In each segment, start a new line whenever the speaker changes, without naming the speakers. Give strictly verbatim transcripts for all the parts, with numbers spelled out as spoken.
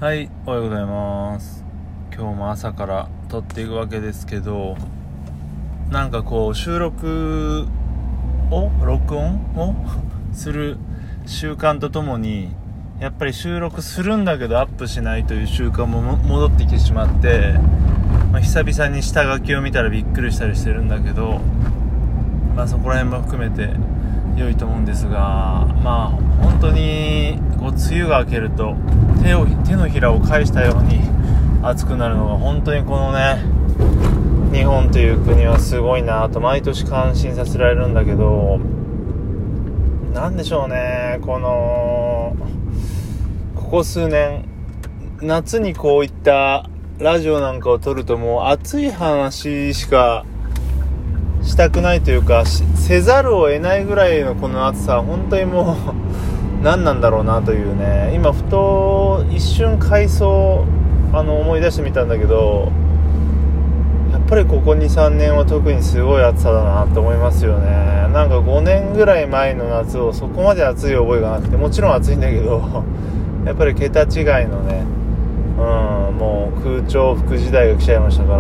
はい、おはようございます。今日も朝から撮っていくわけですけど、なんかこう収録を録音をする習慣とともに、やっぱり収録するんだけどアップしないという習慣も戻ってきてしまって、まあ、久々に下書きを見たらびっくりしたりしてるんだけど、まあそこら辺も含めて良いと思うんですが、まあ本当にこう梅雨が明けると手を手のひらを返したように暑くなるのが本当にこのね日本という国はすごいなと毎年感心させられるんだけど、なんでしょうね、このここ数年夏にこういったラジオなんかを撮るともう暑い話しかしたくないというかせざるを得ないぐらいのこの暑さ、本当にもう何なんだろうなというね。今ふと一瞬回想あの思い出してみたんだけど、やっぱりここ にさんねんは特にすごい暑さだなと思いますよね。なんかごねんぐらい前の夏をそこまで暑い覚えがなくて、もちろん暑いんだけどやっぱり桁違いのね、うん、もう空調服時代が来ちゃいましたから、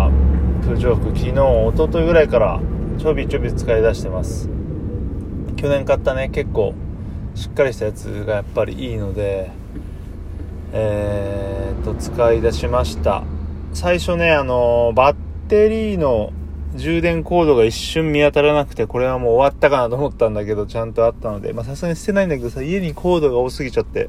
空調服昨日一昨日ぐらいからちょびちょび使い出してます。去年買ったね結構しっかりしたやつがやっぱりいいので、えー、と使い出しました。最初ねあのバッテリーの充電コードが一瞬見当たらなくて、これはもう終わったかなと思ったんだけどちゃんとあったので、まあさすがに捨てないんだけどさ、家にコードが多すぎちゃって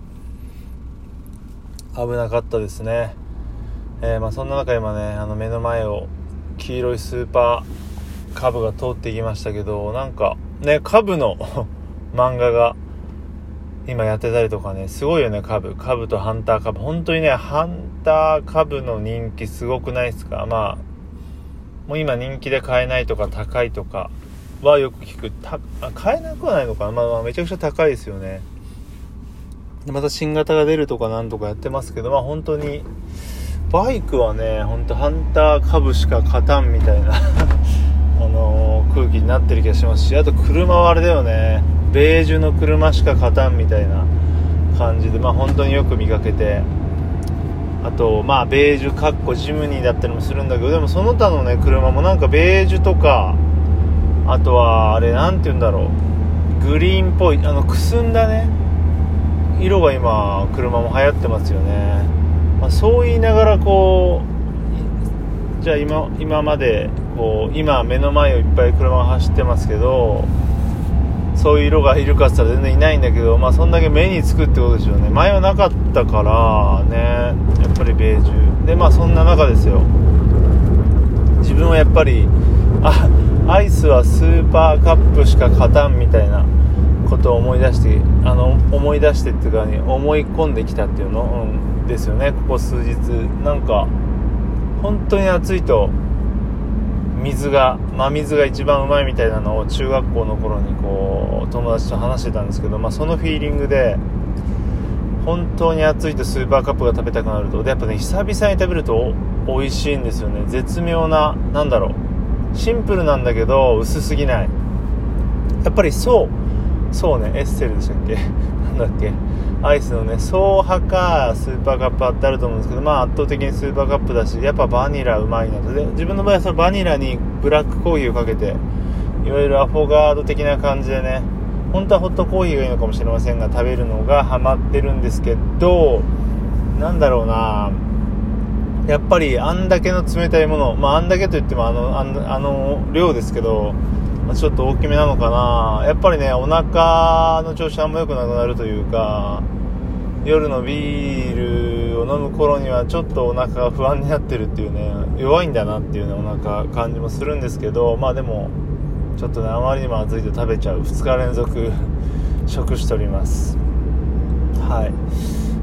危なかったですね。えー、まあそんな中今ねあの目の前を黄色いスーパーカブが通っていきましたけど、なんかねカブの漫画が今やってたりとかね、すごいよね。カブカブとハンターカブ、本当にねハンターカブの人気すごくないですか。まあもう今人気で買えないとか高いとかはよく聞く。た買えなくはないのかな、まあ、まあめちゃくちゃ高いですよね。でまた新型が出るとかなんとかやってますけど、まあ本当にバイクはね本当ハンターカブしか勝たんみたいなあのー、空気になってる気がしますし、あと車はあれだよね、ベージュの車しか勝たんみたいな感じで、まあ本当によく見かけて、あとまあベージュかっこジムニーだったりもするんだけど、でもその他のね車もなんかベージュとか、あとはあれなんて言うんだろう、グリーンっぽいあのくすんだね色が今車も流行ってますよね。まあ、そう言いながらこうじゃあ 今, 今までこう今目の前をいっぱい車が走ってますけど、そういう色がいるかって言ったら全然いないんだけど、まあそんだけ目につくってことですよね。前はなかったからね、やっぱりベージュで、まあそんな中ですよ、自分はやっぱりあアイスはスーパーカップしか勝たんみたいなことを思い出してあの思い出してっていうか、ね、思い込んできたっていうの、うん、ですよね。ここ数日なんか本当に暑いと水が真水が一番うまいみたいなのを中学校の頃にこう友達と話してたんですけど、まあ、そのフィーリングで本当に暑いとスーパーカップが食べたくなると、でやっぱね久々に食べると美味しいんですよね。絶妙な、なんだろう、シンプルなんだけど薄すぎない。やっぱりそうそうね、エッセルでしたっけなんだっけ、アイスのね総派かスーパーカップあってあると思うんですけど、まあ圧倒的にスーパーカップだし、やっぱバニラうまいなと。で自分の場合はそのバニラにブラックコーヒーをかけて、いわゆるアフォガード的な感じでね、本当はホットコーヒーがいいのかもしれませんが食べるのがハマってるんですけど、なんだろうな、やっぱりあんだけの冷たいもの、まああんだけといってもあのあの、あの量ですけど、ちょっと大きめなのかな。やっぱりねお腹の調子あんま良くなくなるというか、夜のビールを飲む頃にはちょっとお腹が不安になってるっていうね、弱いんだなっていうねお腹感じもするんですけど、まあでもちょっとねあまりにも暑いと食べちゃう、ふつか連続食しております。はい、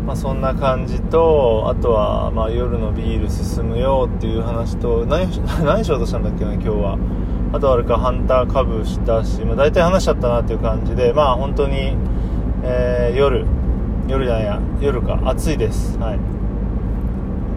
まあ、そんな感じと、あとはまあ夜のビール進むよっていう話と、何何しようとしたんだっけな今日は。あとはあれか、ハンターカブしたし、まあ、大体話しちゃったなっていう感じで、まあ本当に、えー、夜夜じゃないや夜か暑いです。はい。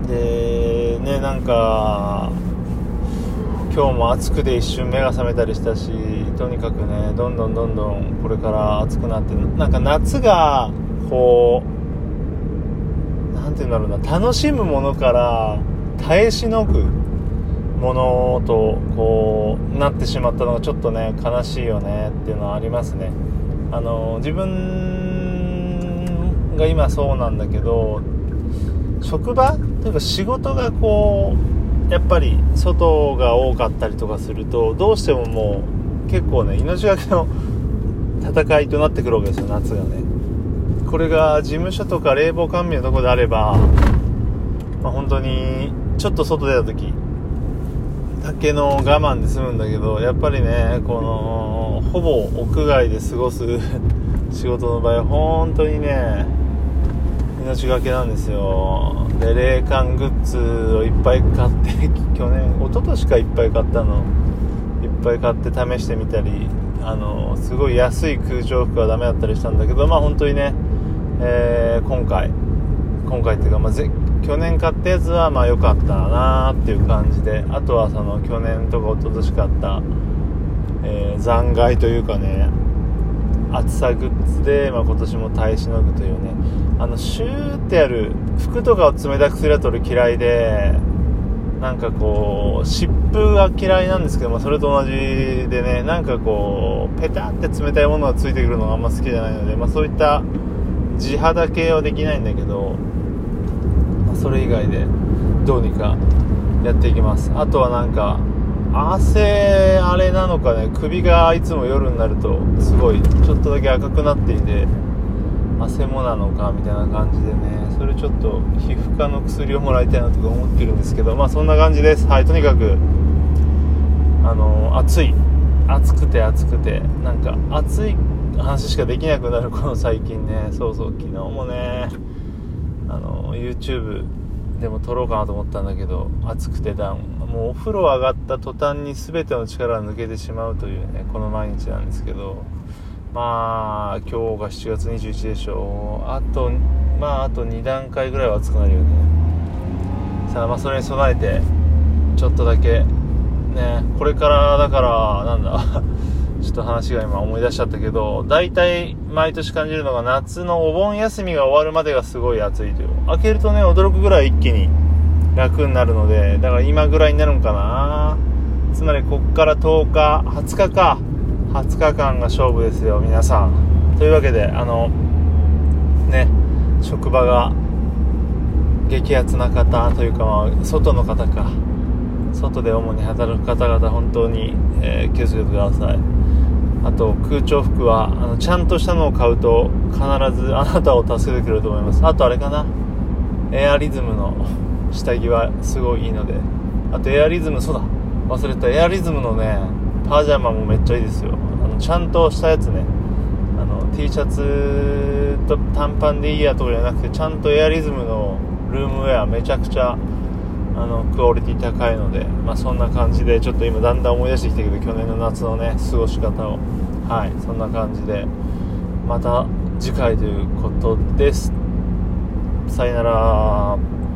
でね、なんか今日も暑くて一瞬目が覚めたりしたし、とにかくねどんどんどんどんこれから暑くなって、なんか夏がこうなんていうんだろうな、楽しむものから耐えしのぐものとこうなってしまったのがちょっとね悲しいよねっていうのはありますね。あの自分が今そうなんだけど、職場というか仕事がこうやっぱり外が多かったりとかすると、どうしてももう結構ね命がけの戦いとなってくるわけですよ、夏がね。これが事務所とか冷房完備のところであれば、まあ、本当にちょっと外出た時だけの我慢で済むんだけど、やっぱりねこのほぼ屋外で過ごす仕事の場合本当にね命がけなんですよ。で冷感グッズをいっぱい買って去年一昨年かいっぱい買ったのいっぱい買って試してみたり、あのすごい安い空調服はダメだったりしたんだけど、まあ本当にね、えー、今回今回っていうか、まあ、ぜ去年買ったやつはまあ良かったなっていう感じで、あとはその去年とか一昨年買った、えー、残骸というかね暑さグッズで、まあ、今年も耐えしのぐというね、あのシューってやる服とかを冷たくするやつ俺嫌いで、なんかこう湿布が嫌いなんですけども、それと同じでね、なんかこうペタって冷たいものがついてくるのがあんま好きじゃないので、まあ、そういった地肌系はできないんだけど、まあ、それ以外でどうにかやっていきます。あとはなんか汗あれなのかね、首がいつも夜になるとすごいちょっとだけ赤くなっていて、汗もなのかみたいな感じでね、それちょっと皮膚科の薬をもらいたいなとか思ってるんですけど、まあそんな感じです。はい、とにかくあの暑い暑くて暑くてなんか暑い話しかできなくなるこの最近ね。そうそう、昨日もねあの YouTube でも撮ろうかなと思ったんだけど、暑くてダウン、もうお風呂上がった途端に全ての力が抜けてしまうというねこの毎日なんですけど、まあ今日がしちがつにじゅういちにちでしょう。あとまああとに段階ぐらいは暑くなるよね。さあまあそれに備えてちょっとだけね、これからだからなんだちょっと話が今思い出しちゃったけど、だいたい毎年感じるのが夏のお盆休みが終わるまでがすごい暑いという、開けるとね驚くぐらい一気に楽になるので、だから今ぐらいになるのかな。つまりこっからとおかはつかかはつかかんが勝負ですよ皆さん。というわけであのね職場が激アツな方というか、まあ、外の方か外で主に働く方々本当に、えー、気をつけてください。あと空調服はあのちゃんとしたのを買うと必ずあなたを助けてくれると思います。あとあれかな、エアリズムの下着はすごいいいので、あとエアリズム、そうだ忘れた、エアリズムのねパジャマもめっちゃいいですよ。あのちゃんとしたやつね、あの T シャツと短パンでいいやとかじゃなくて、ちゃんとエアリズムのルームウェアめちゃくちゃあのクオリティ高いので、まあ、そんな感じでちょっと今だんだん思い出してきたけど去年の夏のね過ごし方を、はい、そんな感じでまた次回ということです。さよなら。